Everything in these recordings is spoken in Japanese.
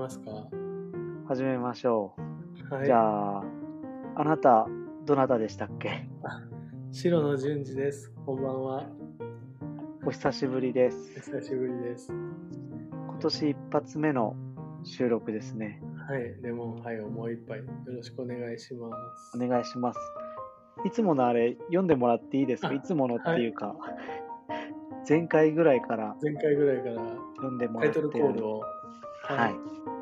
ますか？ 始めましょう。じはい。 ゃあ、あなた、どなたでしたっけ？ 白野純次です。こんばんは。 お久しぶりです。 お久しぶりです。 今年一発目の収録ですね。 はい、レモンハイをもう一杯よろしくお願いします。 お願いします。いつものあれ、読んでもらっていいですか？いあ、 つものっはい。 ていうか、前回ぐらいから前回ぐらいから読んでもらタイトルってる。 コールを。はい。 はい。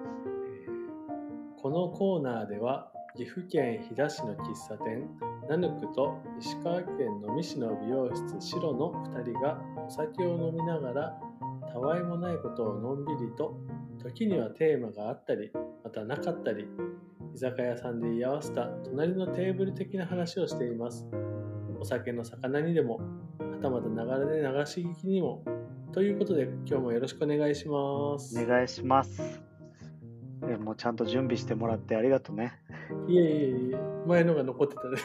このコーナーでは岐阜県飛騨市の喫茶店ナヌクと石川県能美市の美容室白の2人がお酒を飲みながらたわいもないことをのんびりと、時にはテーマがあったりまたなかったり、居酒屋さんで居合わせた隣のテーブル的な話をしています。お酒の魚にでもはたまたながらで流し聞きにも、ということで今日もよろしくお願いしまおす。 願いします。もうちゃんと準備してもらってありがとうね。 いえいえいえ、前のが残ってたね。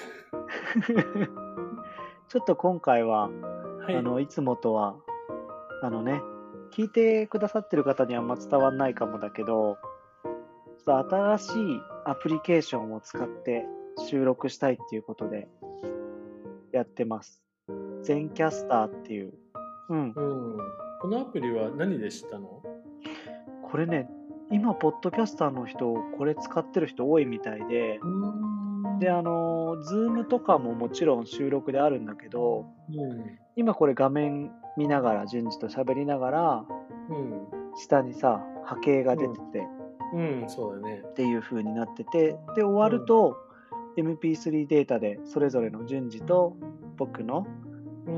ちょっと今回は、 はい。 いつもとは、ね、聞いてくださってる方にはあんま伝わんないかもだけど、ちょっと新しいアプリケーションを使って収録したいっていうことでやってます。ゼンキャスターっていう。うん。 うん。このアプリは何で知ったの？ これね、今、ポッドキャスターの人、これ使ってる人多いみたいで、 うーで、 ん。 ズームとかももちろん収録であるんだけど、 うん。 今これ画面見ながら、順次と喋りながら、 うん。 下にさ、波形が出うん。 ててうん、そうだね。 っていう風になってて、で、終わうん。 ると MP3 データでそれぞれの順次と僕のうん。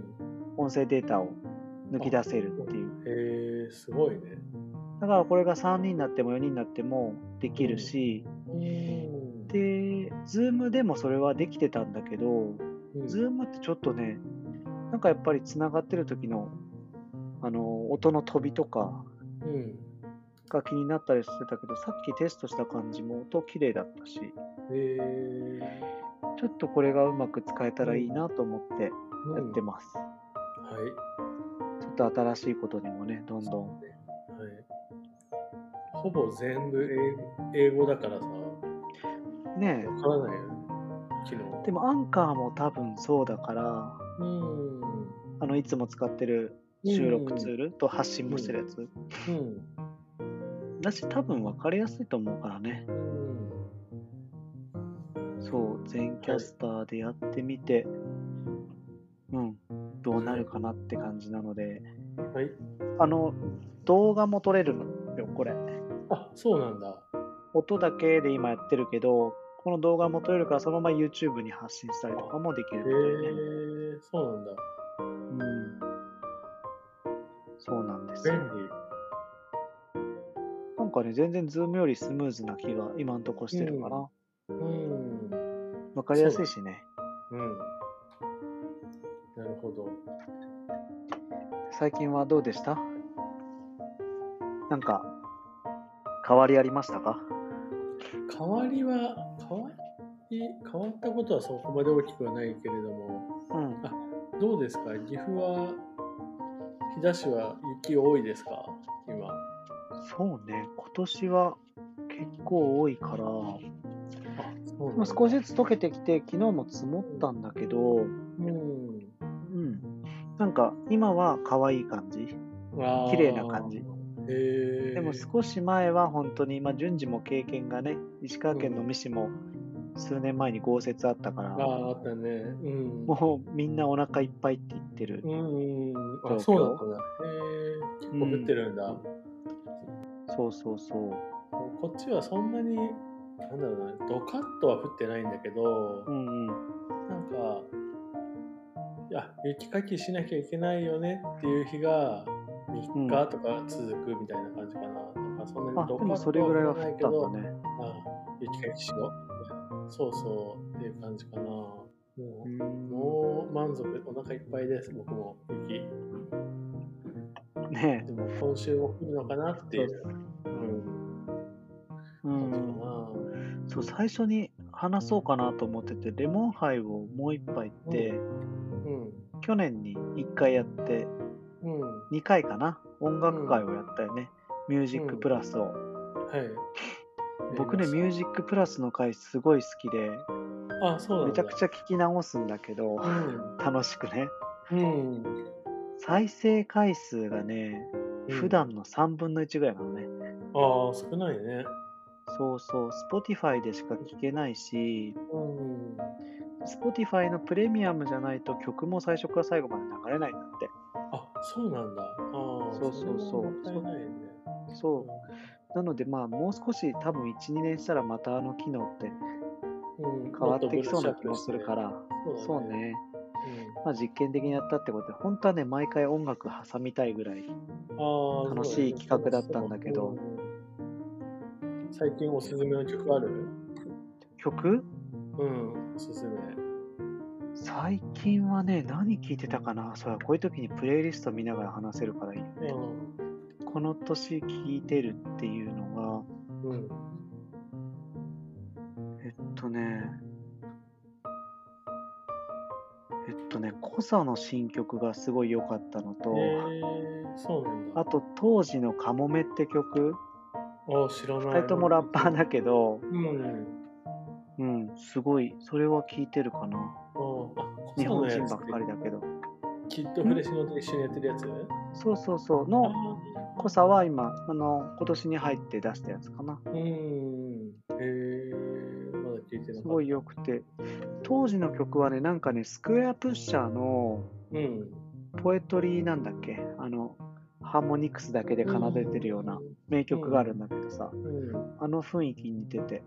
音声データを抜きあ、 出せるっそていう。 う。へえ、すごいね。 だからこれが3人になっても4人になってもできるうん。 し、 うーん。 で、Zoom でもそれはできてたんだけど、 うん。 Zoom ってちょっとね、なんかやっぱり繋がってる時の、音の飛びとかうん。 が気になったりしてたけど、さっきテストした感じも音綺麗だったし、 へえ。 ちょっとこれがうまく使えたらいいうん。 なと思ってやってうん。 ます。 はい。 ちょっと新しいことにもね、どんどん。 はい。ほぼ全部英語だからさ、 ねわからないよね、昨日。 でもアンカーも多分そうだから、 うーん。 いつも使ってるう収録ん。 ツールと発信もしてるやつうん。 だし、多分分かりやすいと思うからね。 うん。 そう、全キはい。 ャスターでやってみて、うん、どうなはい。 るかなって感じなので、 はい。 あの、動画も撮れるのよ、これ。 あ、そうなんだ。 音だけで今やってるけど、この動画も撮れるから、そのまま YouTube に発信したりとかあ、 もできるへみたいね。 え、そうなんだ。 うん、そうなんですよ。 便利。 なんかね、全然 Zoom よりスムーズな気が今んとこしうん。 てるかな。 うん。 わかりやそうだね。 すいしね。 うん。なるほど。 最近はどうでした？なんか変わりありましたか？ 変わりは、変わったことはそこまで大きくはないけれども、 うん。 あ、どうですか？岐阜は、飛騨市は雪多いですか？今。 そうね、今年は結構多いから、 あ、そうま、 なんだ。 少しずつ溶けてきて、昨日も積もったんだけど、 うん。 うん、なんか今は可愛い感じ、綺麗なああ、 感じ。でもへえ。 少し前はほんとに、順次も経験がね、石川県能うん。 美市も数年前に豪雪あったから、 ああ、あったね。うん。 もうみんなお腹いっぱいって言ってるうんうん。あ、 状況。 そうだったんだ。へえ、結構降ってうん、 るんだ。 そうそうそう。 こっちはそんなに、なんだろうな、ドカッとは降ってないんだけど、 うんうん。 なんか、いや、雪かきしなきゃいけないよねっていう日が3 うん。 日とか続くみたいな感じかな。だからそんなにあ、 ドでもそカッとはれぐらいは降っ降らないけど、 たんだね。 あ、雪かきしようみたいな。そうそうっていう感じかな。 うーん。 もう満足、お腹いっぱいです、僕も雪。 ねえ、 でも今週も来るのかなっていそう、 う、うん、 うー感じかん。 な。 そう、最初に話そうかなと思ってて、レモンハイをもう一杯っうん、 て、 うん、 去年に1回やって、 うん、 2回かな、音うん、 楽会をやったよね。ミュージックうん、 プラスを。 はい。 僕ね、ミュージックプラスの回すごい好きで、 あ、そうなんだ。 めちゃくちゃ聞き直すんだけど、 うん。 楽しくね。 うん。 再生回数がね、 うん。 普段の3分の1ぐらいなのね。 ああ、少ないね。 そうそう、Spotify でしか聴けないし、 うん。 Spotify のプレミアムじゃないと曲も最初から最後まで流れないんだって。 あ、そうなんだ。ああ、 そうそれはもっそうそう。 たいないね。 そう。なのでまあ、もう少し多分1、2年したらまたあの機能ってうん。うん、 変わってもっとブラッきそうな気もシュアップして。 するから、 そうだね。 そうね。 うん。 まあ実験的にやったってことで、本当はね、毎回音楽挟みたいぐらいああ、 楽そうだね。 しい企画だったんだけど、 最近おすすめの曲ある？ 曲うん、おすすめ。 最近はね、何聴いてたかな。そうや、こういう時にプレイリスト見ながら話せるからいいようね。 ん。 この年聴いてるっていうのが、 うん。 えっとね、コザの新曲がすごい良かったのと、 そうなんだ。 あと当時のカモメって曲、 あ、知らない。 二人ともラッパーだけど、 うん。 うん、すごい、それは聴いてるかな。 あ、コ日サの本人ばっやつって、 かりだけど。 キッドフレッシュノート一緒にやってるやつ？ そうそうそうあのあ、 濃さは今、今年に入って出したやつかな。 うん。まだ聞いてなすごいかった。 良くて。当時の曲はね、なんかね、スクエアプッシャーのうん。 ポエトリーなんだっけハーモニクスだけでうん。 奏でてるような名うん。 曲があるんだけどさ、 うん。 あの雰囲気に似てて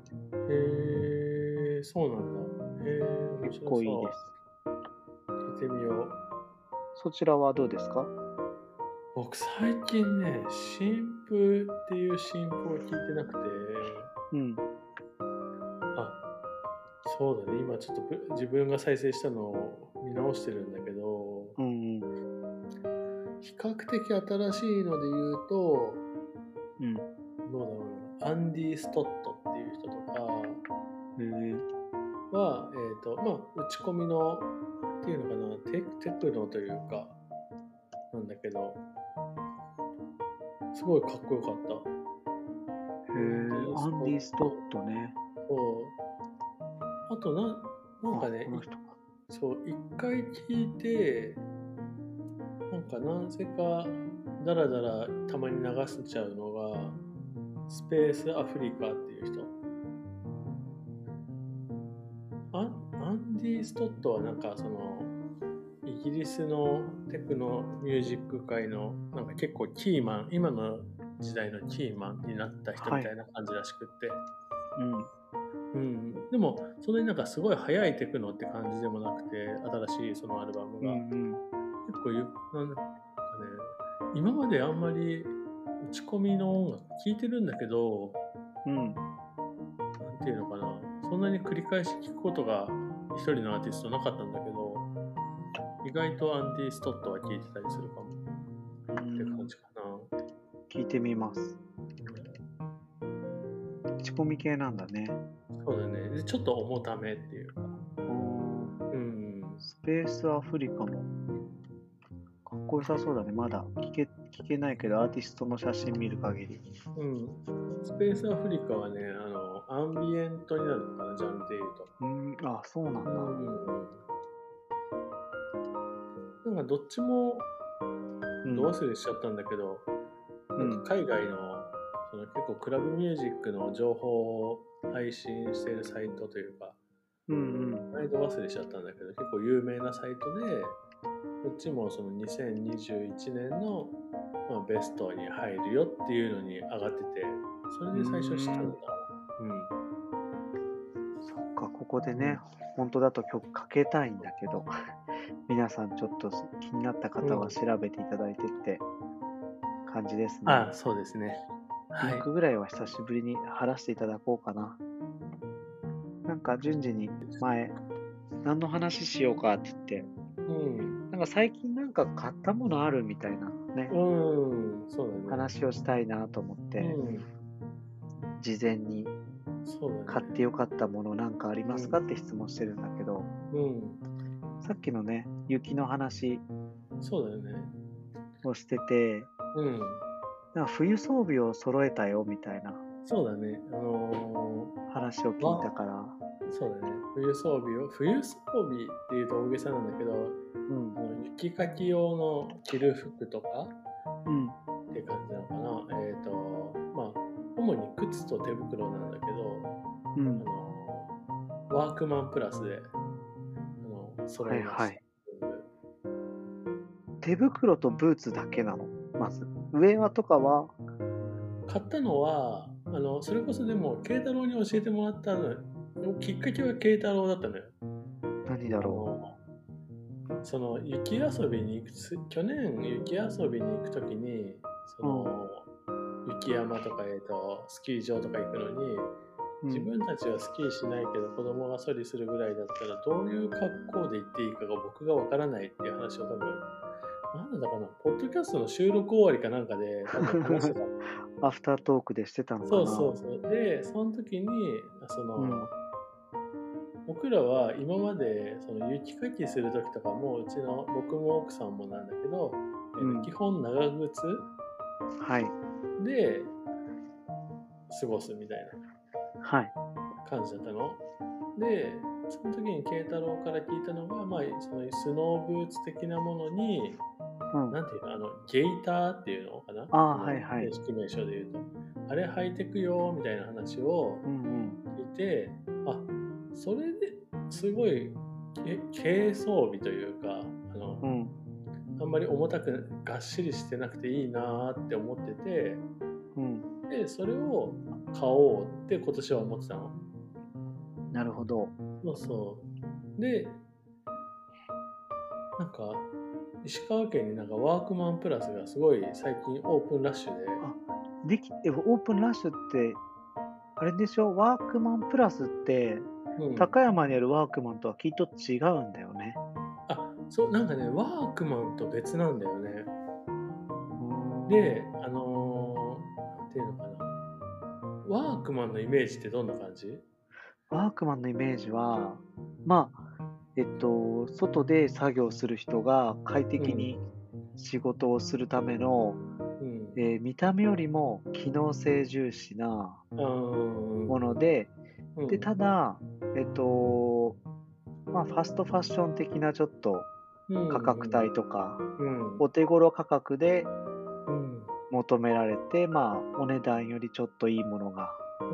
そうなんだ。面結白そ構いいです。 う。聞いてみよう。 そちらはどうですか？ 僕最近ね、新譜っていう新譜を聞いてなくて、 うん。 あ、そうだね、今ちょっと自分が再生したのを見直してるんだけど、 うんうん。 比較的新しいので言うと、 うん。 どうだろうな、アンディ・ストットっていう人とかへえ。 は、打ち込みの、っていうのかな、テクノというか、なんだけど、すごいかっこよかった。 へアンデえ、 ィ・スアンディ・ストットット。 トね。 そう。あとなんかあ、 ね、 この人か。 そう、一回聞いて、なんかなぜかダラダラたまに流しちゃうのが、スペースアフリカっていう人。アンディ・ストットはなんかその、イギリスのテクノミュージック界のなんか結構キーマン、今の時代のキーマンになった人みはい。 たいな感じらしくって。 うん。 うん、でもそんなになんかすごい速いテクノって感じでもなくて、新しいそのアルバムうんうがん。 結構なんかね、今まであんまり打ち込みの音楽聴いてるんだけど、 うん。 なんていうのかな、そんなに繰り返し聴くことが一人のアーティストなかったんだけど、意外とアンディ・ストットは聴いてたりするかもって感じかな。 聞いてみます。打ち込み系なんだね。 そうだね。で、ちょっと重ためっていうか。うん。 スペースアフリカもかっこよさそうだね。まだ聞けないけど、アーティストの写真見る限り。 うん。スペースアフリカはね、アンビエントになるのかな、ジャンルで言うと。 あ、そうなんだ。 なんかどっちも、 うんど忘れしちゃったんだけど、なんか海外の、その結構クラブミュージックの情報を配信してるサイトというか、毎度忘れしちゃったんだけど、結構有名なサイトで、こっちもその2021年の、ベストに入るよっていうのに上がってて、それで最初知ったんだな。 そっか、ここでね、本当だと曲かけたいんだけど、皆さんちょっと気になった方は調べていただいてって感じですね。 あ、そうですね。 リンクぐらいは久しぶりに貼らせていただこうかな。なんか順次に前、何の話しようかって言って、なんか最近なんか買ったものあるみたいなね、 そうだね。 話をしたいなと思って、事前に買ってよかったものなんかありますかって質問してるんだけど、さっきのね、雪の話そうだよね。 をしてて、なんか冬装備を揃えたよみたいなそうだね。 話を聞いたから。 そうだね。冬装備っていうと大げさなんだけど、 うん。 雪かき用の着る服とかうん。 って感じなのかな。まあ、主に靴と手袋なんだけど、 うん。 ワークマンプラスで、揃いました。 はいはい。手袋とブーツだけなのまず。ウェアとかは、 買ったのは、それこそでも、慶太郎に教えてもらったの、きっかけは慶太郎だったのよ。 何だろその雪遊びに行く、去年雪遊びに行くときに、その、雪山とか、スキー場とか行くのに、 う。うん。 自分たちはスキーしないけど子供がソリするぐらいだったらどういう格好で行っていいかが僕がわからないっていう話を多分、なんだかな、ポッドキャストの収録終わりかなんかで多分話してた。 アフタートークでしてたのかそうな。 そうそう。で、その時に、 うん。 僕らは今までその雪かきする時とかも僕も奥さんもなんだけど、 うん。 基本長靴はい。 で過ごすみたいはい。 な感じだったの。で、その時に慶太郎から聞いたのが、まあ、そのスノーブーツ的なものに、 うん。 なんていうの、ゲイターっていうのかな、 ああ、はいはい。 正式名称で言うと、あれ履いてくよみたいな話をうんうん。 聞いて、あ、それですごい軽装備というか、 うん。 あんまり重たくがっしりしてなくていいなって思ってて、 うん。 でそれを買おうって今年は思ってたの。 なるほど。 そうそう。で、なんか石川県になんかワークマンプラスがすごい最近オープンラッシュで、 あ、オープンラッシュって、あれでしょ、ワークマンプラスって、 うん。 高山にあるワークマンとはきっと違うんだよね。 そう、なんかね、ワークマンと別なんだよね。 うーで、 ん。 なんていうのかな。ワークマンのイメージってどんな感じ？ ワークマンのイメージは、まあ、外で作業する人が快うん。 適に仕事をするための、 うん。 見た目よりも機能性重視なああ、うんもうん。 ので、で、 うん。 ただ、えっと、まあ、ファストファッション的なちょっとうん。 価格帯とか、 うん。 お手頃価格でうん。 求められて、まあ、お値段よりちょっといいものがうん。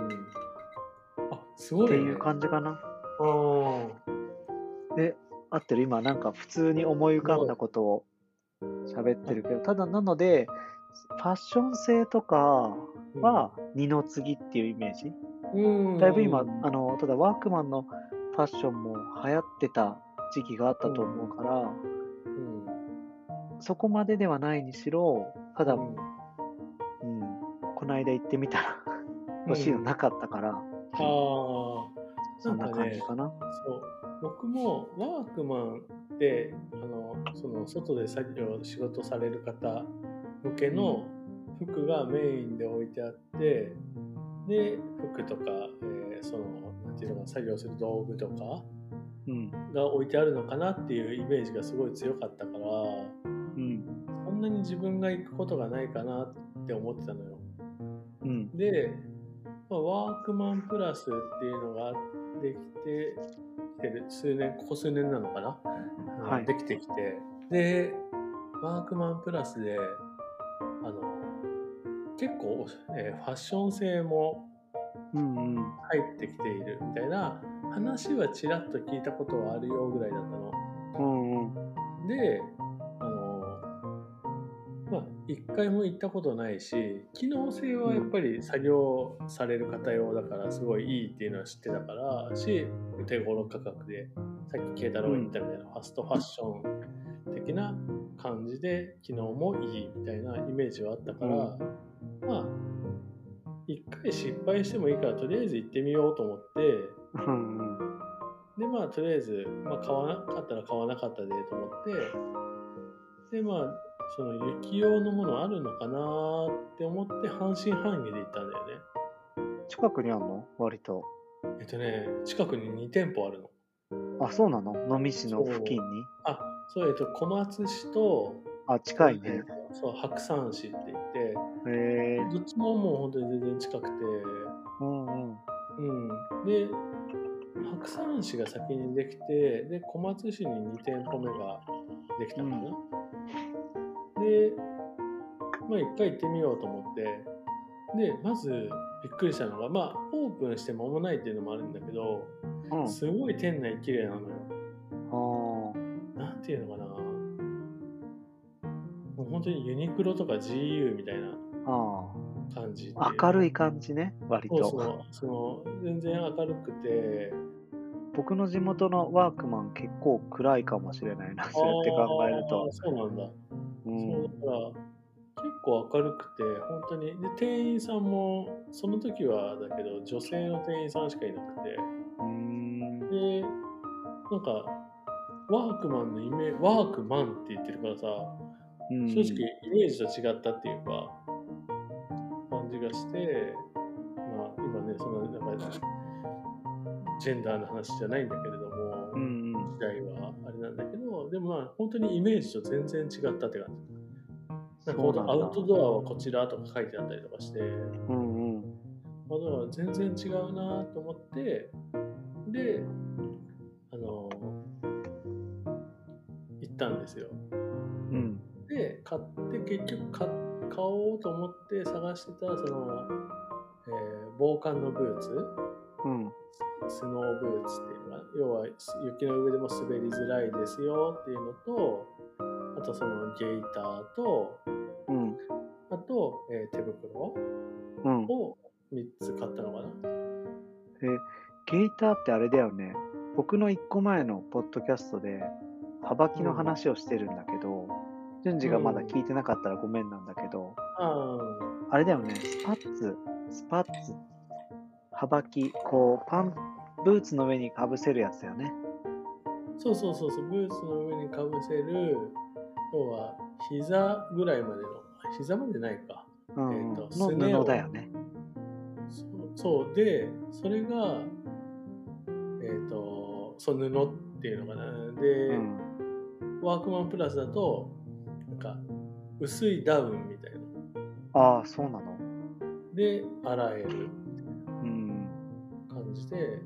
すっていうごいね。 感じかな。 ああ、 で、合ってる？今なんか普通に思い浮かんすごい。 だことを喋ってあ、 るけど、ただなので、ファッション性とかうん。 は二の次っていうイメージ。 うだいぶ今、 ん。 ただワークマンのファッションも流行ってた時期があっうたと思うん。 から、 うん。 そこまでではないにしろ、ただ、 うん。 うん、この間行ってみたら欲しいのうん。 なかったから、 ああ、なそんなんかね、 感じかな。 そう、僕もワークマンで、その外で仕事される方向けうん、 の服がメインで置いてあって、で、服とか、なんていうのかな、作業する道具とかうん、 が置いてあるのかなっていうイメージがすごい強かったから、 うん、 そんなに自分が行くことがないかなって思ってたのよ。 うん、 で、ワークマンプラスっていうのができてるここ数年なのかな、 はい。 できてきて、で、ワークマンプラスで、あの、結構、ファッション性もうんうん、 入ってきているみたいな話はちらっと聞いたことはあるよぐらいだったの。 うんうん、 で、あの、一回も行ったことないし、機能性はやっうん、 ぱり作業される方用だからすごいいいっていうのは知ってたから手頃価格で、さっき慶太郎が言っうん、 たみたいなファストファッション的な感じで機能もいいみたいなイメージはあったから、 うん、 まあ、一回失敗してもいいからとりあえず行ってみようと思って、 うん、 で、まあ、とりあえず、買わなかったら買わなかったでと思って、で、その雪用のものあるのかなって思って半信半疑で行ったんだよね。 近くにあんの割と。 近くに2店舗あるの。 あ、そうなの能美市の付そう。 近にそう、小松市と、 あ、近いね。 そう、白山市って言って、 へへえ。 どっちももう本当に全然近くて、 うんうん。 で、白山市が先にできて、で、小松市に2店舗目ができうん。 たのかな。で、1回行ってみようと思って、で、まずびっくりしたのが、オープンして間もないっていうのもあるんだけど、 うん。 すごい店内綺麗なのよ。 ああ。 なんていうのかな、もう本当にユニクロとか GU みたいなあ感じってあ。 いうの。 明るい感じね、割と。 そうそう、全然明るくて、 僕の地元のワークマン結構暗いかもしれないな、 あそうやって考えると。 あ、そうなんだ。そう、 うん。 だから、結構明るくて、本当に、で、店員さんも、その時はだけど、女性の店員さんしかいなくて、 うーん。 で、なんか、ワークマンって言ってるからさ、正直うん。 イメージと違ったっていうか、感じがして、今ね、そんな、なんか、ジェンダーの話じゃないんだけれども、 うんうん。 時代はあれなんだけど、でも本当にイメージと全然違ったって感じ。なんかほんとアそうなんだ。 ウトドアはこちらとか書いてあったりとかして、 うんうん。 だから全然違うなと思って、で、あの、行ったんですよ。 うん。 で、買って結局買おうと思って探してた防寒のブーツ、 うん。 スノーブーツっていうのが、要は雪の上でも滑りづらいですよっていうのと、あとそのゲイターと、 うん。 あと、手袋うん。 を3つ買ったのかな。 ゲイターってあれだよね。僕の1個前のポッドキャストで、幅木のうん。 話をしてるんだけど、順次がまだうん。 聞いてなかったらごめんなんだけど、 ああ、 あれだよね、スパッツ、幅木、こう、ブーツの上にかぶせるやつだよね。 そうそうそうそう、ブーツの上にかぶせる、要は膝ぐらいまでの、膝までないか。 うんうん。のすねを、 布だよね。 そうで、それが、その布っていうのかな。で、 うん。 ワークマンプラスだと、なんか、薄いダウンみたいな。 ああ、そうなの。 で、洗えるうん。 感じで、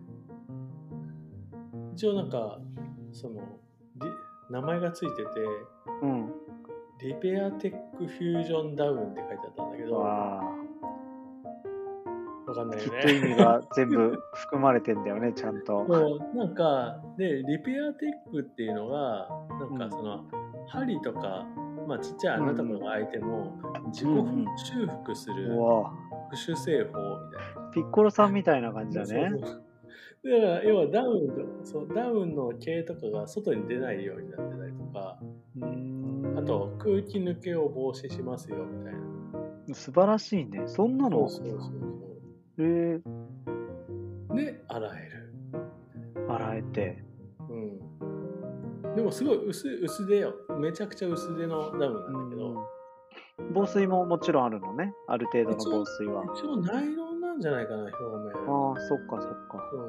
一応なんか、その、リ名前がついてて、 うん。 リペアテックフュージョンダウンって書いてあったんだけど、 わあ。 わかんないよね。 きっと意味が全部含まれてんだよね、ちゃんと。 そう、なんか、で、リペアテックっていうのが、なんうん。 かその、針とか、ちっちゃい穴とかうんうん。 が開いても、自己うんうん。 修復すうるわ。 特殊製法みたいピッコロさんみたいな感じだな。そうね。 そう。だから要はダウンの毛とかが外に出ないようになってたりとか、 うーあん。 と空気抜けを防止しますよみたいな。 素晴らしいね。そんなの、 そうそうそうえー、 そう。で、洗える。 洗えて。 うん。でもすごい薄手よ。めちゃくちゃ薄手のダウンなんだけど、 うんうん。防水ももちろんあるのね。ある程度の一応防水は。 一応ナイロンなんじゃないかな、表面。 ああ、そっかそっか。 そう。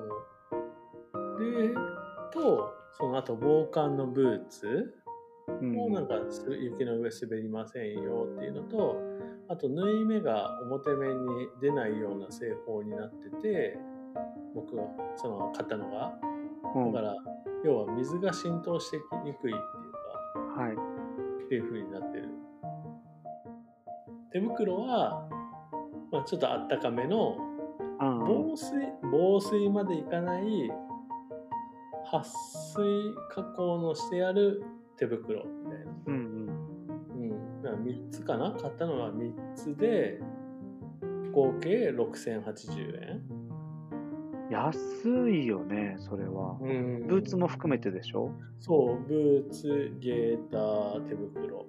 で、あと防寒のブーツもうんうん。 なんか雪の上滑りませんよっていうのと、あと縫い目が表面に出ないような製法になってて、僕がその買ったのが。 うん。 だから、要は水が浸透してきにくいっていうか、 はい。 っていう風になってる。手袋は、ちょっとあったかめのうんうん。 防水までいかない撥水加工のしてある手袋みたいな。 うんうん。 だから3つかな、買ったのは3つで、合計6080円。 安いよね、それは。 うブーツもん。 含めてでしょ？ そう、ブーツ、ゲーター、手袋。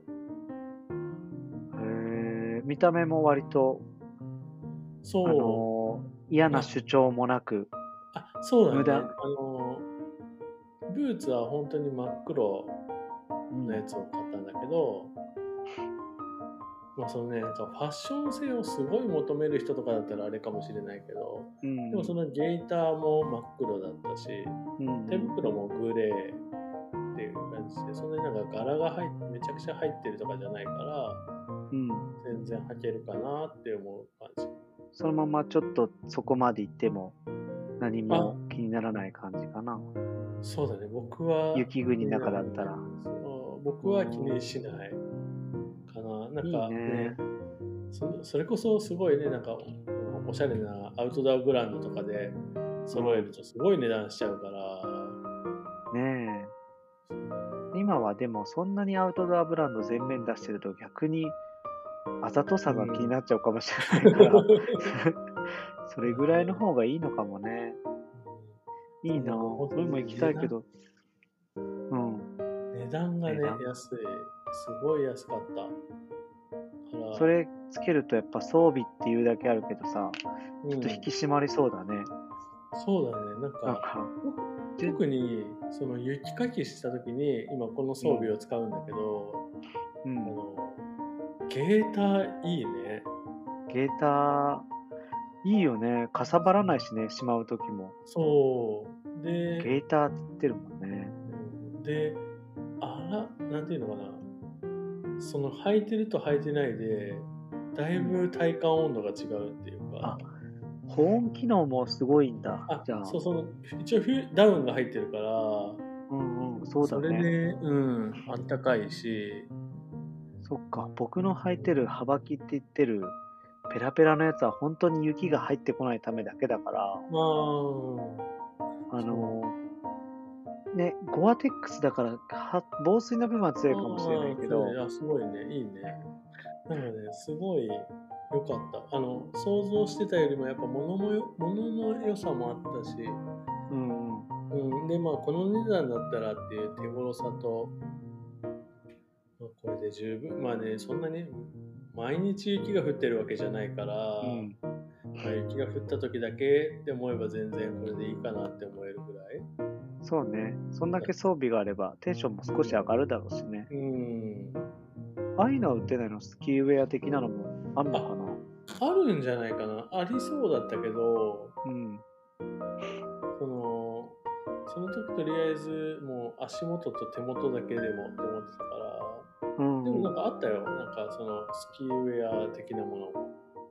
へえ、見た目も割と、 そう。 嫌な主張もなく、 そうだね。 無駄ブーツは本当に真っ黒のやうん。 つを買ったんだけど、そのね、なんかファッション性をすごい求める人とかだったらあれかもしれないけど、 うんうん。 でもそのゲイターも真っ黒だったし、 うんうん。 手袋もグレーっていう感じで、そんなになんか柄がめちゃくちゃ入ってるとかじゃないから、 うん。 全然履けるかなって思う感じ。 そのままちょっとそこまで行っても何あ、 も気にならない感じかな。 そうだね。僕は雪国の中だったら。 僕は気にしないかな。なんいいかね、 ね。 それこそすごいね、なんかおしゃれなアウトドアブランドとかで揃えるとすごい値段しちゃうから、 ねえ。今はでもそんなにアウトドアブランド全面出してると逆にあざとさが気になっちゃうかもしれないから、それぐらいの方がいいのかもね。いいなぁ。 なんか本当俺も行にきたいけど。うん。 値段がね、 値段安い。すごい安かった。から、 それつけるとやっぱ装備っていうだけあるけどさ、 うちょっと引きん、 締まりそうだね。 そうだね。なんか、 なんか、 特にその雪かきした時に今この装備を使うんだけど、 うん。 ゲーターいいね。 ゲーター、いいよね。かさばらないしね、しまうときも。 そう。で、 ゲーターって言ってるもんね。 で、なんていうのかな。その履いてると履いてないで、だいぶ体感温度が違うっていうあ、 か、 保温機能もすごいんだ。じゃあ。 一応ダウンが入ってるから、 うんうん、そうそだね。 れで、あったかいし、 そっか、僕の履いてる幅木って言ってるペラペラのやつは本当に雪が入ってこないためだけだから、 まあ、 あそう。 のね、ゴアテックスだから防水の部分は強いかもしれないけど、 強い。すごいね。いいね。なんかね、すごい良かった。想像してたよりもやっぱ物の良さもあったし、 うんうん、 で、まあ、この値段だったらっていう手頃さと、まあ、これで十分。まあね、そんなに毎日雪が降ってるわけじゃないから、 うん、 まあ、雪が降った時だけって思えば全然これでいいかなって思えるぐらい。 そうね、そんだけ装備があればテンションも少し上がるだろうしね。 うん。 ああいうのは売ってないの？スキーウェア的なのもあんのかな？ あるんじゃないかな。ありそうだったけど、 うん、 その時とりあえずもう足元と手元だけでもって思ってたから、でもうんうん。 なんかあったよ。なんかそのスキーウェア的なものも。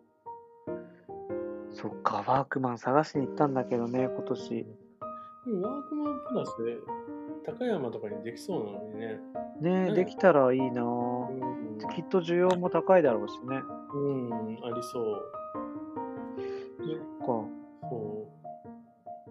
そっか、ワークマン探しに行ったんだけどね、今年。 でもワークマンプラスで高山とかにできそうなのにね。 ねえ、 ね、 できたらいいなぁ。きっと需要も高いだろうしね。 ありそう。で、 そっか。 そう。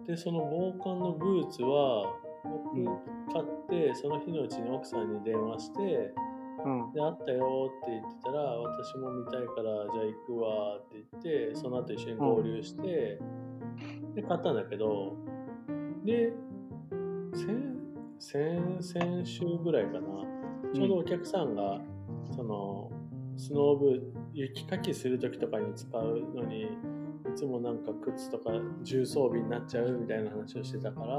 で、その防寒のブーツは、僕うん、 買って、その日のうちに奥さんに電話して、 うん、 で、あったよって言ってたら、私も見たいから、じゃあ行くわって言って、その後一緒に合流して、で、買ったんだけど、で、先週ぐらいかな、ちょうどお客さんが、その、スノーブー、雪かきするときとかに使うのに、いつもなんか靴とか重装備になっちゃうみたいな話をしてたから、 うん、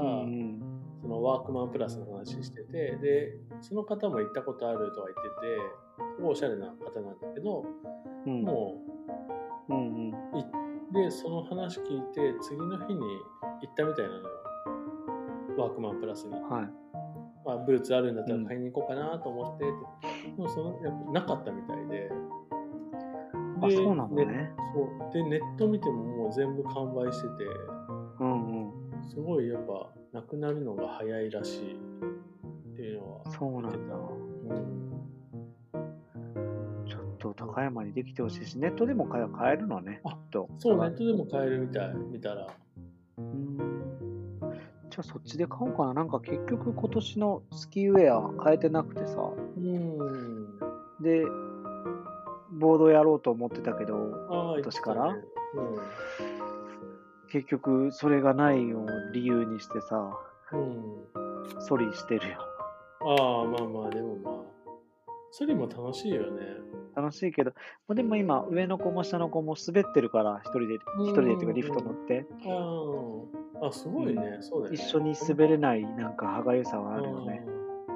そのワークマンプラスの話してて、で、その方も行ったことあるとは言ってて、すごいおしゃれな方なんだけど、 うん、 もうん、うん、 う、で、その話聞いて、次の日に行ったみたいなのよ。ワークマンプラスに。 はい。 まあ、ブーツあるんだったうん。 ら買いに行こうかなと思ってでもやっぱなかったみたいで。 あ、 で、 そうなんだね。 ネット見てももう全部完売してて、 うんうん。 すごいやっぱなくなるのが早いらしいっていうのはそうなんだ。 言ってた。 ちょっと高山にできてほしいし、ネットでも買えるのね、きっと。 そう、ネットでも買えるみたい、見たら。 じゃあそっちで買おうかな。なんか結局今年のスキーウェア買えてなくてさ。で、ボードやろうと思ってたけど、今言ってたね。 年から結局それがないのを理由にしてさ、ソリしてるよ。 まあ、でもまあ、それも楽しいよね。 楽しいけど、でも今上の子も下の子も滑ってるから、一人でっていうかリフト乗って。 すごいね。そうだよね。 一緒に滑れないなんか歯がゆさはあるよね。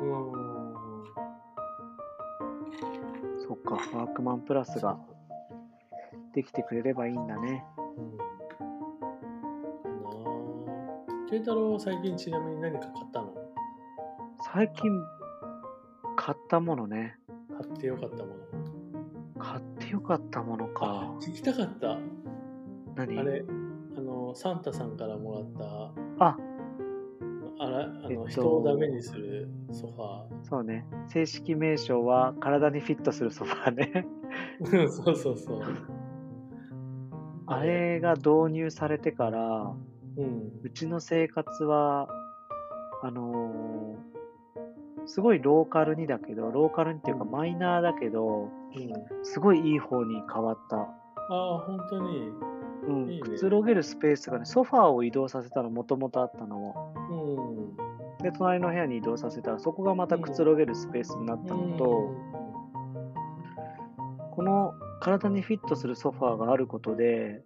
そっか、ワークマンプラスができてくれればいいんだね。 慶太郎最近ちなみに何か買ったの？ 最近買ったものね。 買ってよかったもの。 買ってよかったものあ、 か。 聞きたかった。 何？ あれ、サンタさんからもらった、 あ、 人をダメにするソファそうね。正式名称は体にフィットするソファーね。 ー。そうそうそう。 あれが導入されてから、 うん。 うちの生活は、あのすごいローカルにだけど、ローカルにっていうかうんマイナーだけど、 うん。 すごいいい方に変わった。 ああ、本当に。いいね。 くつろげるスペースがね、ソファーを移動させたのもともとあったの。 うん。 で、隣の部屋に移動させたら、そこがまたくつろげるスペースになったのと、この体にフィットするソファーがあることで、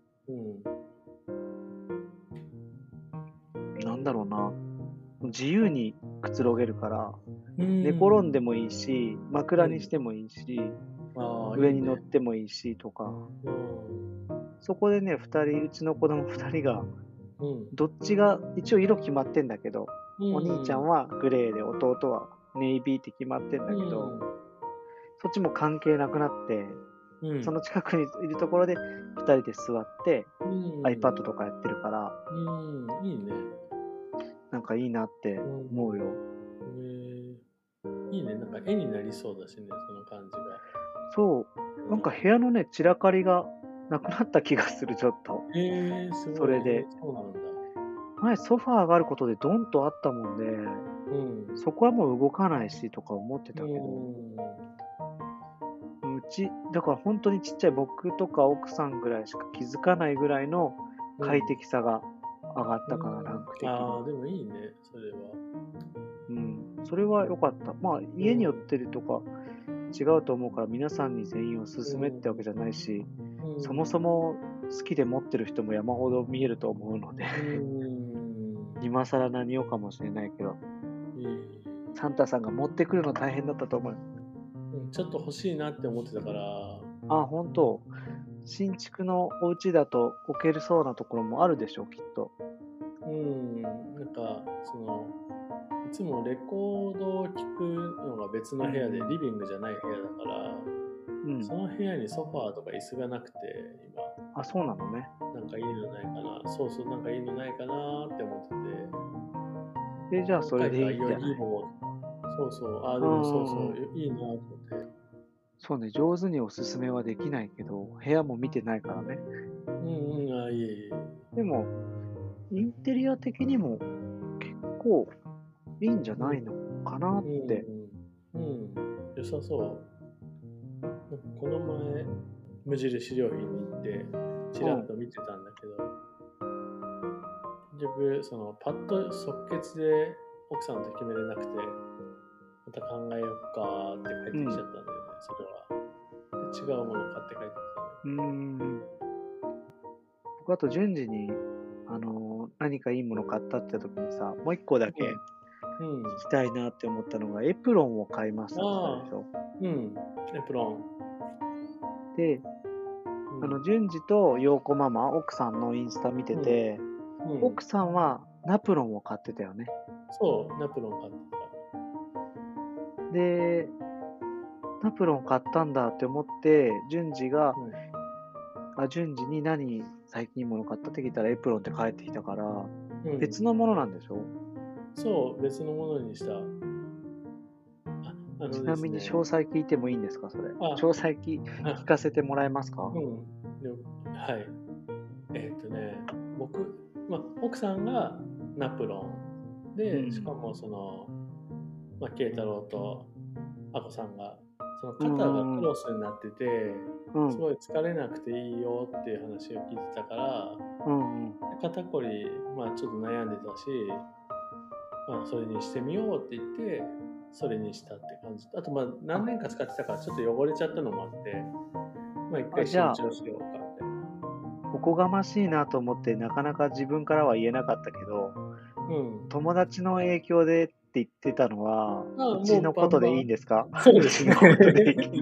なんだろうな、自由にくつろげるから、寝転んでもいいし、枕にしてもいいし、上に乗ってもいいしとか、そこでね、うちの子供2人が、どっちが、一応色決まってんだけど、お兄ちゃんはグレーで弟はネイビーって決まってんだけど、そっちも関係なくなって、その近くにいるところで2人で座って、iPad とかやってるから、 いいね。 なんかいいなって思うよ。 いいね。なんか絵になりそうだしね、その感じが。 そう。なんか部屋のね、散らかりがなくなった気がする、ちょっと。 すごい。 それで。 そうなんだ。 前ソファーがあることでドンとあったもんで、そこはもう動かないしとか思ってたけど、だから本当にちっちゃい僕とか奥さんぐらいしか気づかないぐらいの快適さが上がったかな、ランク的に。 ああ、でもいいね、それは。 それは良かった。まあ、家によってるとか違うと思うから皆さんに全員おすすめってわけじゃないし、そもそも好きで持ってる人も山ほど見えると思うので、今更何をかもしれないけど、サンタさんが持ってくるの大変だったと思う。 ちょっと欲しいなって思ってたから。 本当。新築のお家だと置けるそうなところもあるでしょう、きっと。 なんか、いつもレコードを聴くのが別の部屋で、リビングじゃない部屋だから、その部屋にソファーとか椅子がなくて、今。 そうなのね。 なんかいいのないかな。そうそう、なんかいいのないかなって思ってて。 じゃあそれでいいんじゃない？ そうそう。でもそうそう、いいなと思って。 そうね、上手におすすめはできないけど、部屋も見てないからね。 いえ。 でも、インテリア的にも結構いいんじゃないのかなって。 良さそう。この前、無印良品に行って、ちらっと見てたんだけど、結局、パッと即決で奥さんと決めれなくて、また考えようかって帰ってきちゃったんだよね、それは。で、違うものを買って帰ってきたね。 僕あと順次に、何かいいもの買ったって時にさ、もう一個だけ聞きたいなって思ったのが、エプロンを買いましたって言ったでしょ。 エプロン。 で、順次と陽子ママ、奥さんのインスタ見てて、奥さんはナプロンを買ってたよね。 そう、ナプロン買ってた。で、ナプロン買ったんだって思って、順次が、順次に何最近いいもの買ったって聞いたらエプロンって返ってきたから、別のものなんでしょ？ そう、別のものにした。 ちなみに詳細聞いてもいいんですか、それ。詳細聞かせてもらえますか？ はい。奥さんがナプロンで、しかも慶太郎とあこさんが、肩がクロスになってて、すごい疲れなくていいよっていう話を聞いてたから、肩こり、ちょっと悩んでたし、それにしてみようって言って、それにしたって感じ。あと、何年か使ってたからちょっと汚れちゃったのもあって、一回新調しようかって。 おこがましいなと思ってなかなか自分からは言えなかったけど、友達の影響でって言ってたのは、うちのことでいいんですか？ そうですね。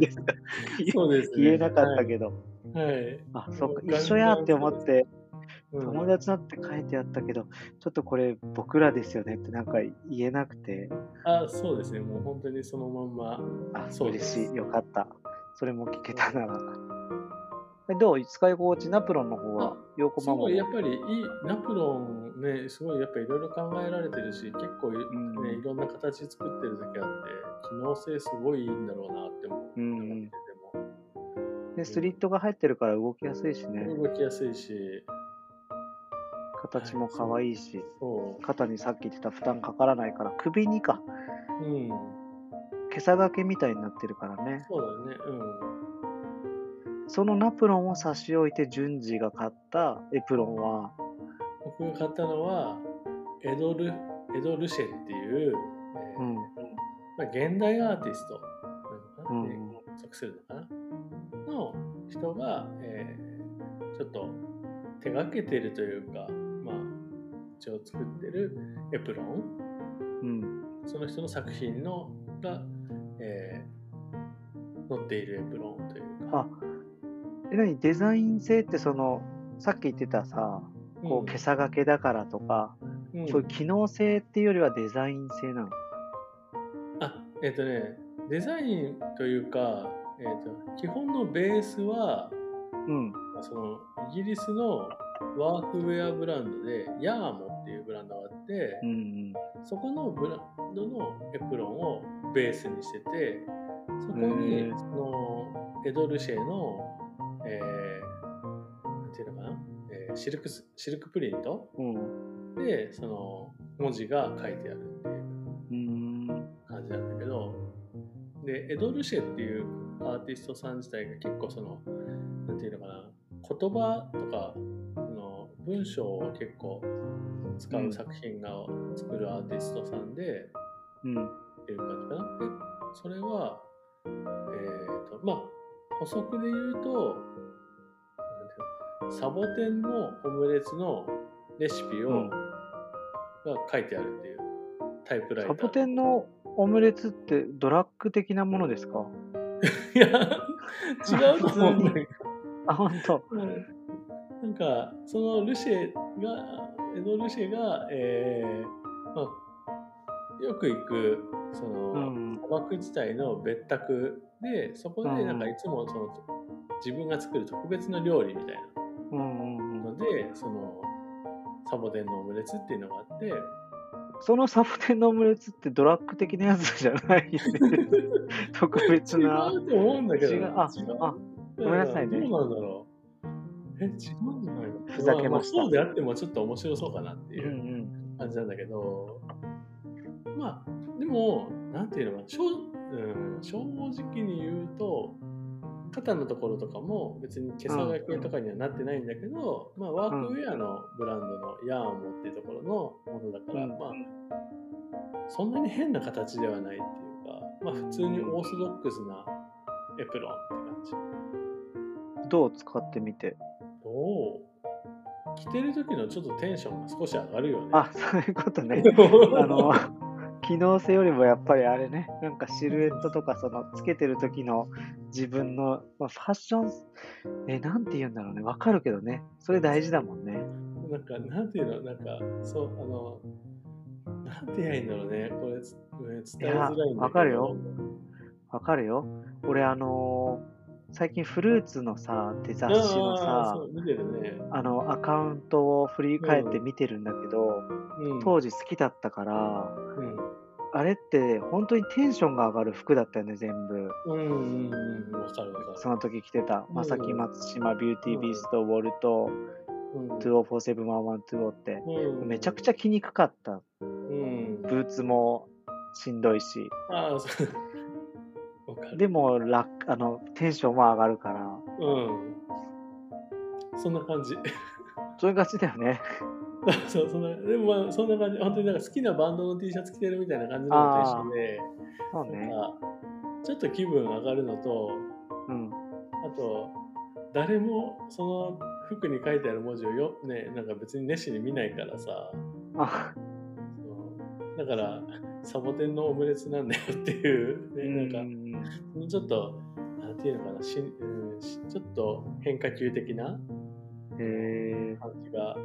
そうですね。言えなかったけど。そっか、一緒やって思って、 友達だって書いてあったけど、ちょっとこれ僕らですよねってなんか言えなくて、 そうですね。もう本当にそのまんま、そうで嬉しい。 す。 よかった。それも聞けたなら。どう使い心地、ナプロンの方は、4コすごいマもの。 やっぱりいい、ナプロンね、すごいやっぱいろいろ考えられてるし、結構ね、いろんな形作ってるだけあって、機能性すごいいいんだろうなって思う。見てても。 で、スリットが入ってるから動きやすいしね。 動きやすいし、 形も可愛いし、 そ肩にさっき言ってた負担かからないから、首にか。 う。うん。 今朝掛けみたいになってるからね。 そうだね。 そのナプロンを差し置いて、順次が買ったエプロンは、 僕が買ったのは、エドルシェっていう、現代アーティストなのかな、属するのかなの人が、ちょっと手がけてるというか、一応作ってるエプロン、その人の作品のが、載っているエプロンというか。 何デザイン性ってさっき言ってたさ、こう、今朝掛けだからとか、そういう機能性っていうよりはデザイン性なの？ デザインというか、基本のベースは、そのイギリスのワークウェアブランドでヤーモっていうブランドがあって、そこのブランドのエプロンをベースにしてて、そこにそのエドルシェの、なんていうのかな、シルクプリント、でその文字が書いてあるっていう感じなんだけど、でエドルシェっていうアーティストさん自体が結構そのなんていうのかな、言葉とかその文章を結構使う作品を作るアーティストさんで、っていう感じかな。でそれは補足で言うと、サボテンのオムレツのレシピが書いてあるっていうタイプライター。 サボテンのオムレツってドラッグ的なものですか？ いや、違うと思うんだけど。 本当。 なんか、そのエドルシェが、よく行く、その、砂漠自体の別宅で、そこでなんかいつもその、自分が作る特別な料理みたいなので、その、サボテンのオムレツっていうのがあって、 そのサボテンのオムレツってドラッグ的なやつじゃないね。特別な。 違うと思うんだけど。違う。 ごめんなさいね。 どうなんだろう。違うんじゃないの？ ふざけました。 そうであってもちょっと面白そうかなっていう感じなんだけど、でも、なんていうのかな、正直に言うと、肩のところとかも別に今朝掛けとかにはなってないんだけど、ワークウェアのブランドのヤーモっていうところのものだから、そんなに変な形ではないっていうか、普通にオーソドックスなエプロンって感じ。 どう使ってみて？ 着てる時のちょっとテンションが少し上がるよね。 そういうことね。機能性よりもやっぱりあれね、なんかシルエットとかそのつけてる時の自分の、ファッション、なんて言うんだろうね、わかるけどね、それ大事だもんね。 なんていうの、なんか、そう、なんて言えばいいんだろうね、これ伝えづらいんだけど。 わかるよ。わかるよ。俺最近フルーツのさ、って雑誌のさ、 見てるね。 アカウントを振り返って見てるんだけど、当時好きだったから、あれって本当にテンションが上がる服だったよね、全部。 わかるわかる。 その時着てた。まさき松島、ビューティービースト、ウォルト、2047112って、めちゃくちゃ着にくかった。ブーツもしんどいし。でもテンションは上がるから。 そんな感じ。 そういう感じだよね。 でもそんな感じ。本当になんか好きなバンドの T シャツ着てるみたいな感じののと一緒で、 そうね。 ちょっと気分上がるのと、あと、誰もその服に書いてある文字をなんか別に熱心に見ないからさ、だからサボテンのオムレツなんだよっていうなんかちょっとなんていうのかな、ちょっと変化球的な感じが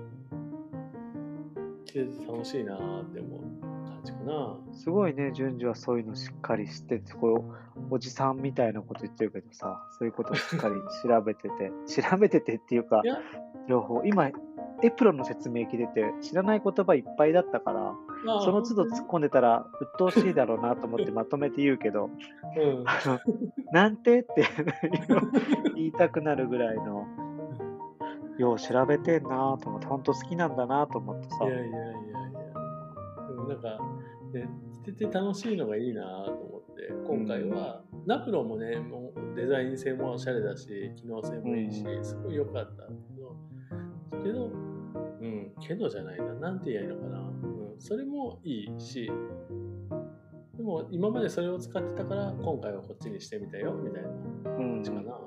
してて楽しいなーって思う感じかな。 すごいね、順次はそういうのしっかりしてて、おじさんみたいなこと言ってるけどさ、そういうことをしっかり調べてて、調べててっていうか、 いや、 情報、今、エプロンの説明聞いてて、知らない言葉いっぱいだったから、その都度突っ本当に。 込んでたら、鬱陶しいだろうなと思ってまとめて言うけど、 うん。 あの、なんてって言いたくなるぐらいの、よう調べてんなと思って、ほんと好きなんだなと思ってさ。 いやいやいやいや。でもなんか、ね、着てて楽しいのがいいなと思って、今回うん。 は、ナプロもね、もうデザイン性もおしゃれだし、機能性うもいいし、 ん。 すごい良かったけどじゃないな、なんて言えばいいのかな。それもいいし、でも今までそれを使ってたから、今回はこっちにしてみたよ、みたいなうん。 感じかな。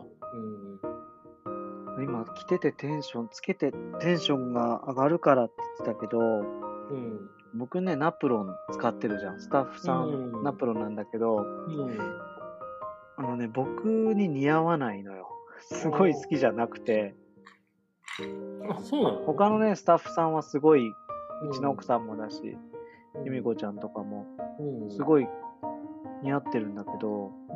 今着ててつけてテンションが上がるからって言ってたけど、 うん。 僕ね、ナプロン使ってるじゃん。スタッフうさん、ナん。 プロンなんだけど、 うん。 僕に似合わないのよ。すごい好きあじゃなくて、 あ、そうなの。 他のね、スタッフさんはすごい、うちの奥うん。 さんもだし、由美子うん。 ちゃんとかも、 うん。 すごい似合ってるんだけど、 うん。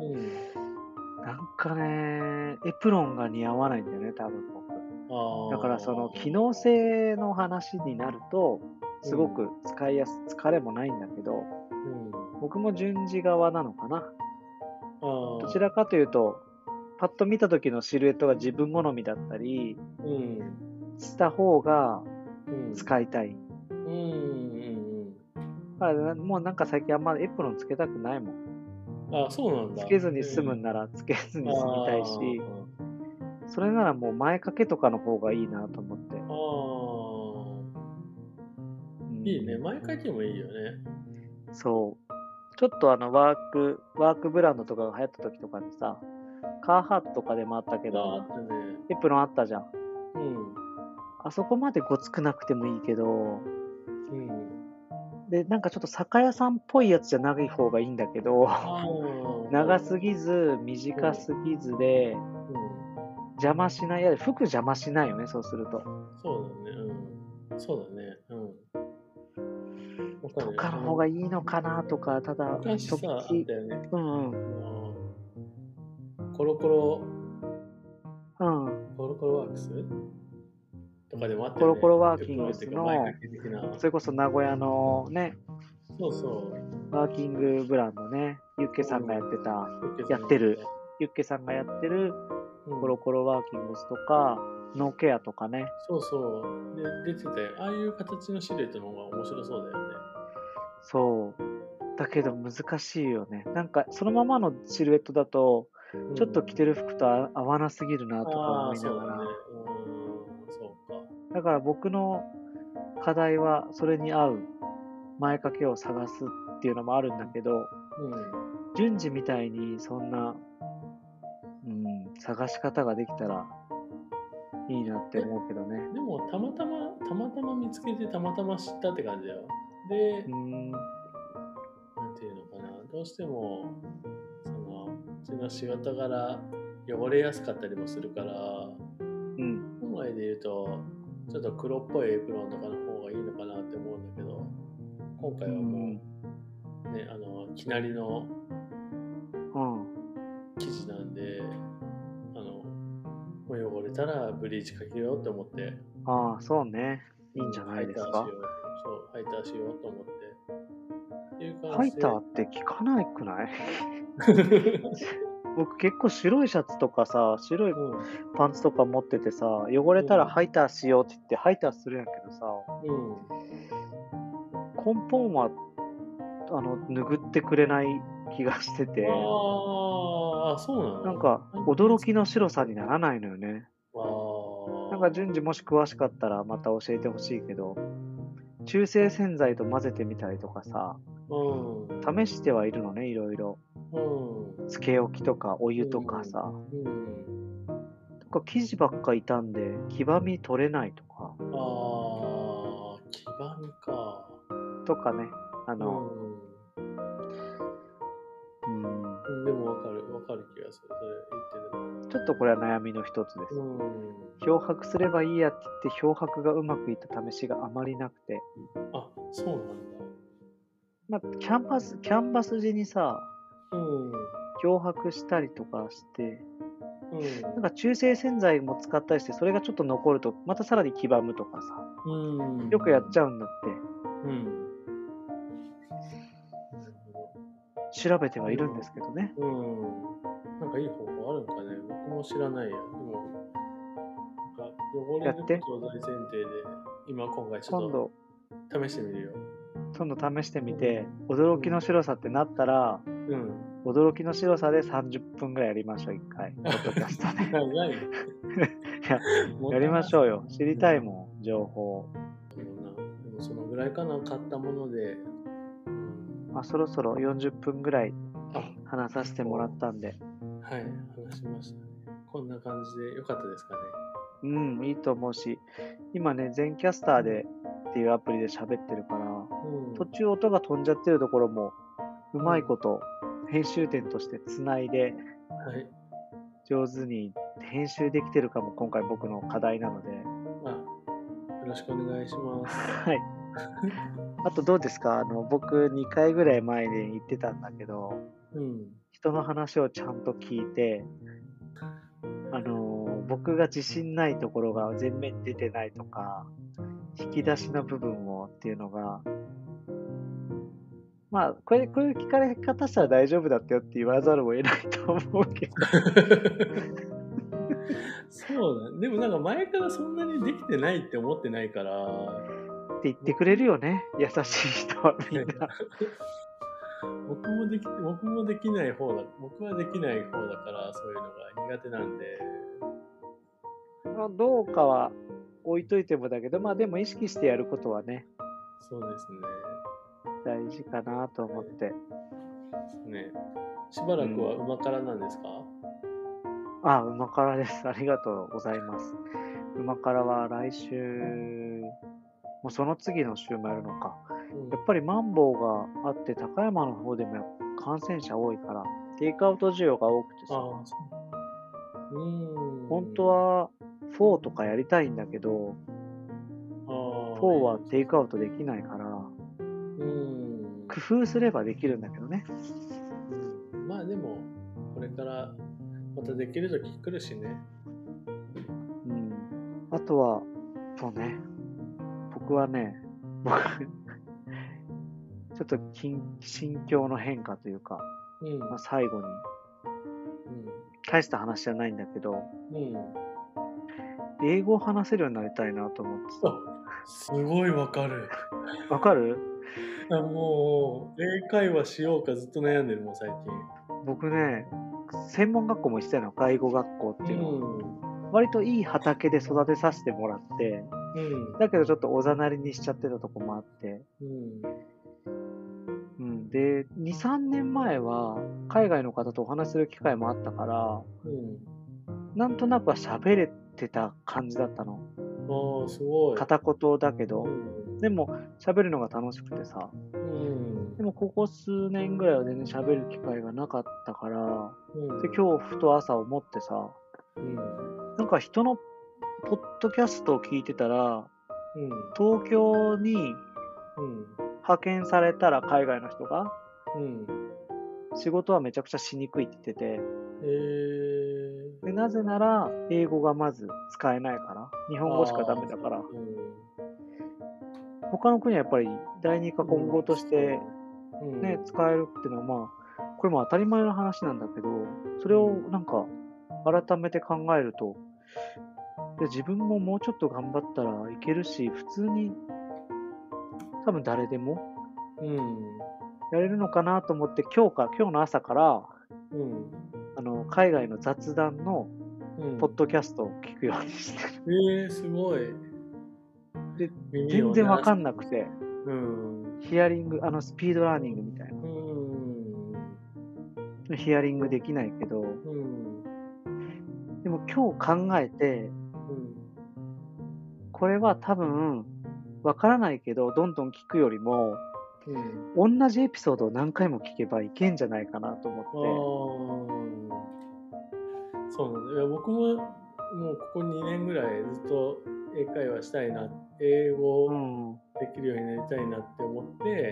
なんかね、エプロンが似合わないんだよね、多分僕。 あだからそのあ。 機能性の話になると、 うん。 すごく疲れもないんだけど、 うん。 僕も順次側なのかな。 ああ。 どちらかというと、パッと見た時のシルエットが自分好みだったりうん。 した方がうん。 使いたい。 うん。うんもうなんか最近あんまエプロンつけたくないもん。 うん。ああ、そうなんだ。 つけずに済むんええ。 ならつけずあに済みたいし、 あ。 それならもう前掛けとかの方がいいなと思って。 ああ。 ういいね。 ん、 前掛けもいいよね。 そう。ちょっとワークブランドとかが流行った時とかにさ、カーハートとかでもあったけああ、 ど、 あったね。 エプロンあったじゃん。 うん。 あそこまでごつくなくてもいいけど、 うん。 で、なんかちょっと酒屋さんっぽいやつじゃない方がいいんだけど、 ああ、わかる。 長すぎず、 うん。 短すぎずで、 うん。 邪魔しない。いや、服邪魔しないよね、そうすると。 そうだね。うん。そうだね。うん。わかるよ。 とかの方がいいのかなとか、ただ、 昔さ、あったよね。 うんうん。 の、コロコロうん。 コロコロワークスとかでもあったよね。 コロコロワーエキングプロンっていうか前スの、 掛け的な。 それこそ名古屋のね、 そうそワーキングブランドね、ユッケう。 さんがやうん。 ってた、 オッケーさやってる、 んやってた。 ユッケさんがやってるうん。 コロコロワーキングスとか、ノーケアとかね。 そうそう。で、出てて、ああいう形のシルエットの方が面白そうだよね。 そう。だけど難しいよね。なんかそのままのシルエットだと、ちょっとうん。 着てる服と合わなすぎるなとかああ、 思いなそうだね。 がら。 そうか。 だから僕の課題はそれに合う前掛けを探すっていうのもあるんだけど、 うん。 順次みたいにそんな、探し方ができたらいいなってえ、 思うけどね。 でも、たまたま見つけてたまたま知ったって感じだよ。で、 うーん、 なんていうのかな、どうしても、うちの仕事柄、汚れやすかったりもするから、 うん、 本来で言うと、ちょっと黒っぽいエプロンとかの方がいいのかなって思うんだけど、今う回はもん、 う、ね、きなりのうん。 生地なんで、もう汚れたらブリーチかけようと思って、 ああ、そうね。いいんじゃなハイタいですか。 ーしよう、そう、ハイターしようと思って、っていう感ハイじで、 ターって聞かないくない？僕結構白いシャツとかさ、白いうん、 パンツとか持っててさ、汚れうん、 たらハイターしようって言ってハイターするんやけどさ、 うん。 根本は拭ってくれない気がしてて、 そうなの。 なんか最近驚きの白さにならないのよね。 あなんかあ、 順次もし詳しかったらまた教えてほしいけど、中性洗剤と混ぜてみたりとかさ、 うん、 試してはいるのね、いろいろ。 うん、 つけ置きとかお湯とかうん、 さ。 うん。 とか生地ばっか傷んで黄ばみ取れないとか。 ああ、黄ばみか。 とかね。あうの、 ん。 うん、 うん、でもわかる気がする。それ言ってるの。 ちょっとこれは悩みの一つです。 うん。 漂白すればいいやって言って漂白がうまくいった試しがあまりなくて、 あ、そうなんだ。 まあ、キャンバス地にさ、 うん。 漂白したりとかして、 うん。 なんか中性洗剤も使ったりして、それがちょっと残ると、またさらに黄ばむとかさ、 うん。 よくやっちゃうんだって。 うん。なるほ調べてはいるんですけどね。 ど。うん。なんかいい方法あるんかね。僕も知らないや。でも、なんか汚れることを大前提で、今回ちょっ今度、 と試してみるよ。 試してみて、驚きの白さってなったら、 うん。 驚きの白さで30分ぐらいやりましょう、一回。ポッドキャストで。 長いね。 いや、やりましょうよ。知りたいもん、情報。 でもそのぐらいかな、買ったもので。 まあ、そろそろ40分ぐらいあ、 話させてもらったんで。 はい、話しましたね。こんな感じで良かったですかね。 うん、いいと思うし、今ね、全キャスターでっていうアプリで喋ってるから、 うん。 途中音が飛んじゃってるところも、うまいこと編集点としてつないで、 はい。 上手に編集できてるかも今回僕の課題なので。 あ、よろしくお願いします。 はい。あとどうですか僕2回ぐらい前に言ってたんだけど、 うん。 人の話をちゃんと聞いて、僕が自信ないところが前面に出てないとか、引き出しの部分をっていうのが、まあ、こういう聞かれ方したら大丈夫だったよって言わざるを得ないと思うけど。 そうだ。でもなんか前からそんなにできてないって思ってないから。 って言ってくれるよね、優しい人はみんな。 僕もできない方だ。僕はできない方だから、そういうのが苦手なんで。 まあどうかは置いといてもだけど、まあでも意識してやることはね、 そうですね。 大事かなと思って。 ね。しばらくは馬からなんですか？ あ、馬からです。ありがとうございます。馬からは来週、もうその次の週もやるのか。やっぱりマンボウがあって、高山の方でも感染者多いから、テイクアウト需要が多くてさ、本当は4とかやりたいんだけど、4はテイクアウトできないから、工夫すればできるんだけどね。 まあでも、これからまたできるとき来るしね。 あとは、そうね、僕はね、ちょっと心境の変化というか、まあ、最後に、大した話じゃないんだけど、英語を話せるようになりたいなと思ってさ。 すごいわかる。 わかる？ もう、英会話しようかずっと悩んでるもん、最近。 僕ね、専門学校も行ってたの、外語学校っていうのは。割といい畑で育てさせてもらって、だけどちょっとおざなりにしちゃってたとこもあって、で、2、3年前は海外の方とお話しする機会もあったから、なんとなくは喋れてた感じだったの。 すごい。 片言だけど、でも喋るのが楽しくてさ、でもここ数年ぐらいは全然喋る機会がなかったから、で今日ふと朝思ってさ、なんか人のポッドキャストを聞いてたら、東京に派遣されたら海外の人が、仕事はめちゃくちゃしにくいって言ってて、でなぜなら英語がまず使えないから、日本語しかダメだから、他の国はやっぱり第二カ国語としてね、使えるっていうのはまあ、これも当たり前の話なんだけど、それをなんか改めて考えると、自分ももうちょっと頑張ったらいけるし、普通に多分誰でもやれるのかなと思って、今日の朝から、海外の雑談のポッドキャストを聞くようにしてる。すごい。 で、全然わかんなくて、ヒアリング、スピードラーニングみたいな。ヒアリングできないけど、でも今日考えて、これは多分、わからないけど、どんどん聞くよりも、同じエピソードを何回も聞けばいけんじゃないかなと思って。 そうなんだ。いや僕ももうここ2年ぐらいずっと英会話したいな、英語できるようになりたいなって思って、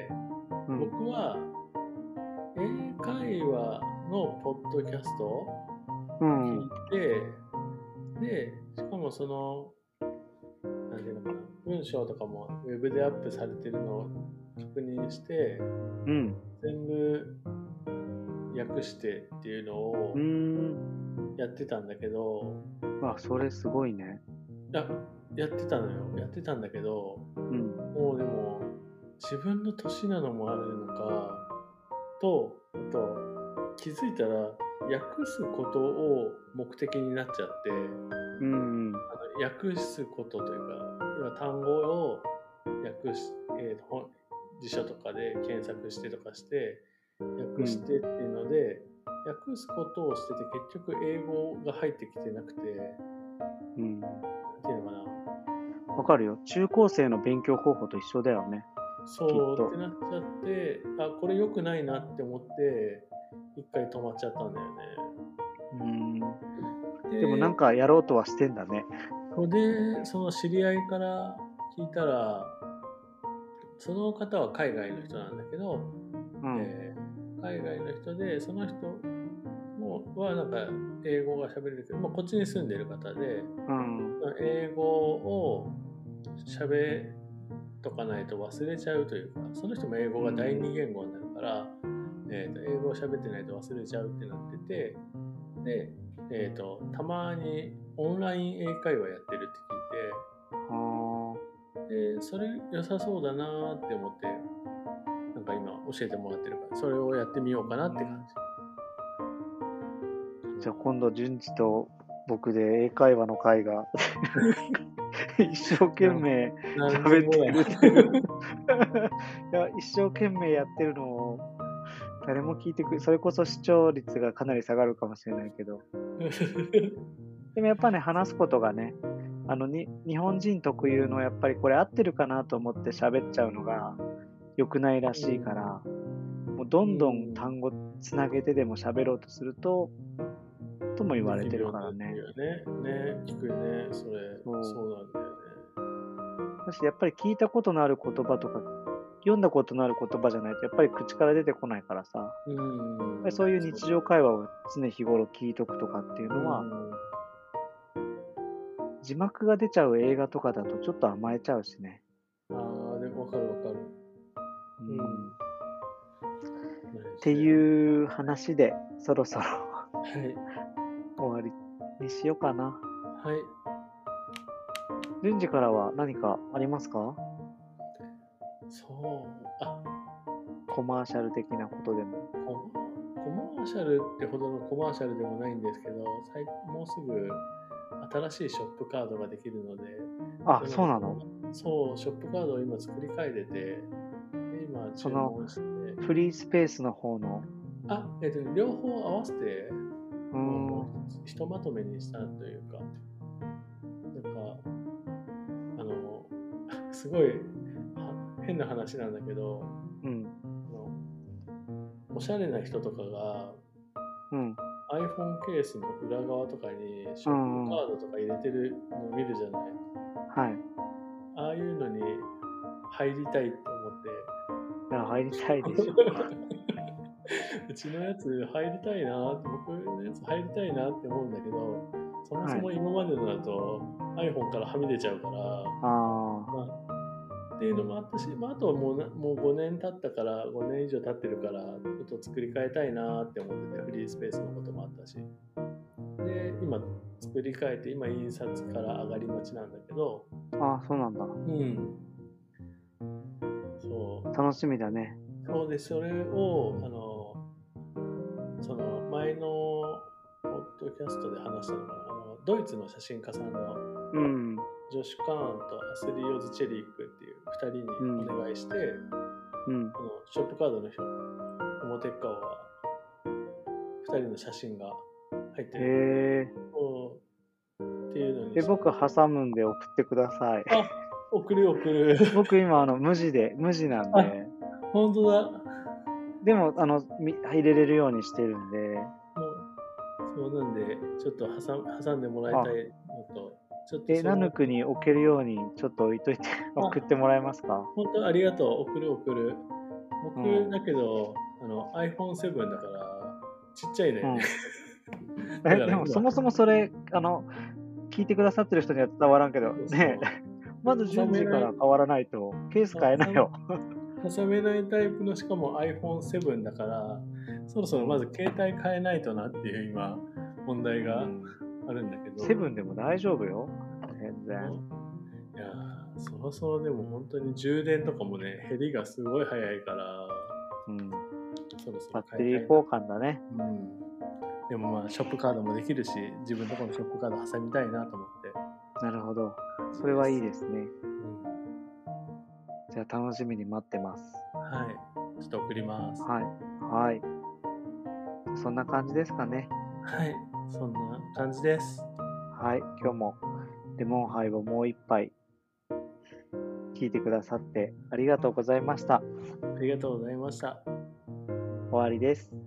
僕は英会話のポッドキャストを聞いて、で、しかもその、なんていうのかな、文章とかもウェブでアップされてるのを確認して、全部訳してっていうのをやってたんだけど、 それすごいね。 やってたのよ。やってたんだけど、もうでも自分の年なのもあるのかと、あと気づいたら訳すことを目的になっちゃって、訳すことというか、今単語を訳し、辞書とかで検索してとかして訳してっていうので、訳すことをしてて結局英語が入ってきてなくて、なんていうのかな。 わかるよ。中高生の勉強方法と一緒だよね。 そうってなっちゃって、これ良くないなって思って一回止まっちゃったんだよね。 でもなんかやろうとはしてんだね。 で、その知り合いから聞いたら、その方は海外の人なんだけど、海外の人で、その人はなんか英語が喋れるけど、こっちに住んでる方で、英語を喋っとかないと忘れちゃうというか、その人も英語が第二言語になるから、英語を喋ってないと忘れちゃうってなってて、で、たまにオンライン英会話やってるって聞いて、でそれ良さそうだなって思って、なんか今教えてもらってるから、それをやってみようかなって感じ。じゃあ今度順次と僕で英会話の会が一生懸命喋ってるいや、一生懸命やってるのを誰も聞いてくれ、それこそ視聴率がかなり下がるかもしれないけどでもやっぱね、話すことがね、日本人特有のやっぱりこれ合ってるかなと思って喋っちゃうのが良くないらしいから、もうどんどん単語つなげてでも喋ろうとするとも言われてるからね。 聞くよね、それ。そうなんだよね。 だしやっぱり聞いたことのある言葉とか読んだことのある言葉じゃないとやっぱり口から出てこないからさ、そういう日常会話を常日頃聞いとくとかっていうのは、字幕が出ちゃう映画とかだとちょっと甘えちゃうしね。 でもわかるわかる。 っていう話でそろそろ終わりにしようかな。 はい。 順次からは何かありますか？ コマーシャル的なことでも。 コマーシャルってほどのコマーシャルでもないんですけど、もうすぐ新しいショップカードができるので。 そうなの？ そう、ショップカードを今作り変えてて、今注文して。 フリースペースの方の。 両方合わせて、ひとまとめにしたというか、すごい変な話なんだけど、おしゃれな人とかが、iPhone ケースの裏側とかにショップカードとか入れてるのを見るじゃない。ああいうのに入りたいって思って。 入りたいでしょ。 うちのやつ入りたいな、僕のやつ入りたいなって思うんだけど、そもそも今までのだと iPhone からはみ出ちゃうから、っていうのもあったし、あとはもう5年経ったから、5年以上経ってるから、ちょっと作り変えたいなって思ってて、フリースペースのこともあったし。で、今作り変えて、今印刷から上がり待ちなんだけど。 そうなんだ。 そう。 楽しみだね。 そうで、それを、その前のポッドキャストで話したのが、ドイツの写真家さんの、ジョシュ・カーンとアスリー・オズ・チェリックっていう2人にお願いして、ショップカードの表側は2人の写真が入ってる。っていうのに。 僕挟むんで送ってください。 送る。 僕今無地なんで。 本当だ。 でも入れれるようにしてるんで。 そもうなんで、ちょっと挟んでもらいたいのと、ちょっとナヌクに置けるようにちょっと置いといて送ってもらえますか？ 本当ありがとう。送る。僕だうけど、iPhone7 だから、ちっちゃいのよね。 ん。 だからでもそ今、 もそもそれ、聞いてくださってる人には伝わらんけど、 そうね、まず順次から変わらないと、ケース変えなよ。 挟めないタイプのしかも iPhone7 だから、そろそろまず携帯変えないとなっていう今、問題があるんだけど。 セブンでも大丈夫よ。全然。 いやー、そろそろでも本当に充電とかもね、減りがすごい早いから、そろそろバッテ変えたいリー交換だね。 でもまあ、ショップカードもできるし、自分のところのショップカード挟みたいなと思って。 なるほど。それはいいですね。じゃあ楽しみに待ってます。 はい。ちょっと送ります。 はい。そんな感じですかね。 はい。そんな感じです。 はい。今日もレモンハイをもう一杯聞いてくださってありがとうございました。 ありがとうございました。 終わりです。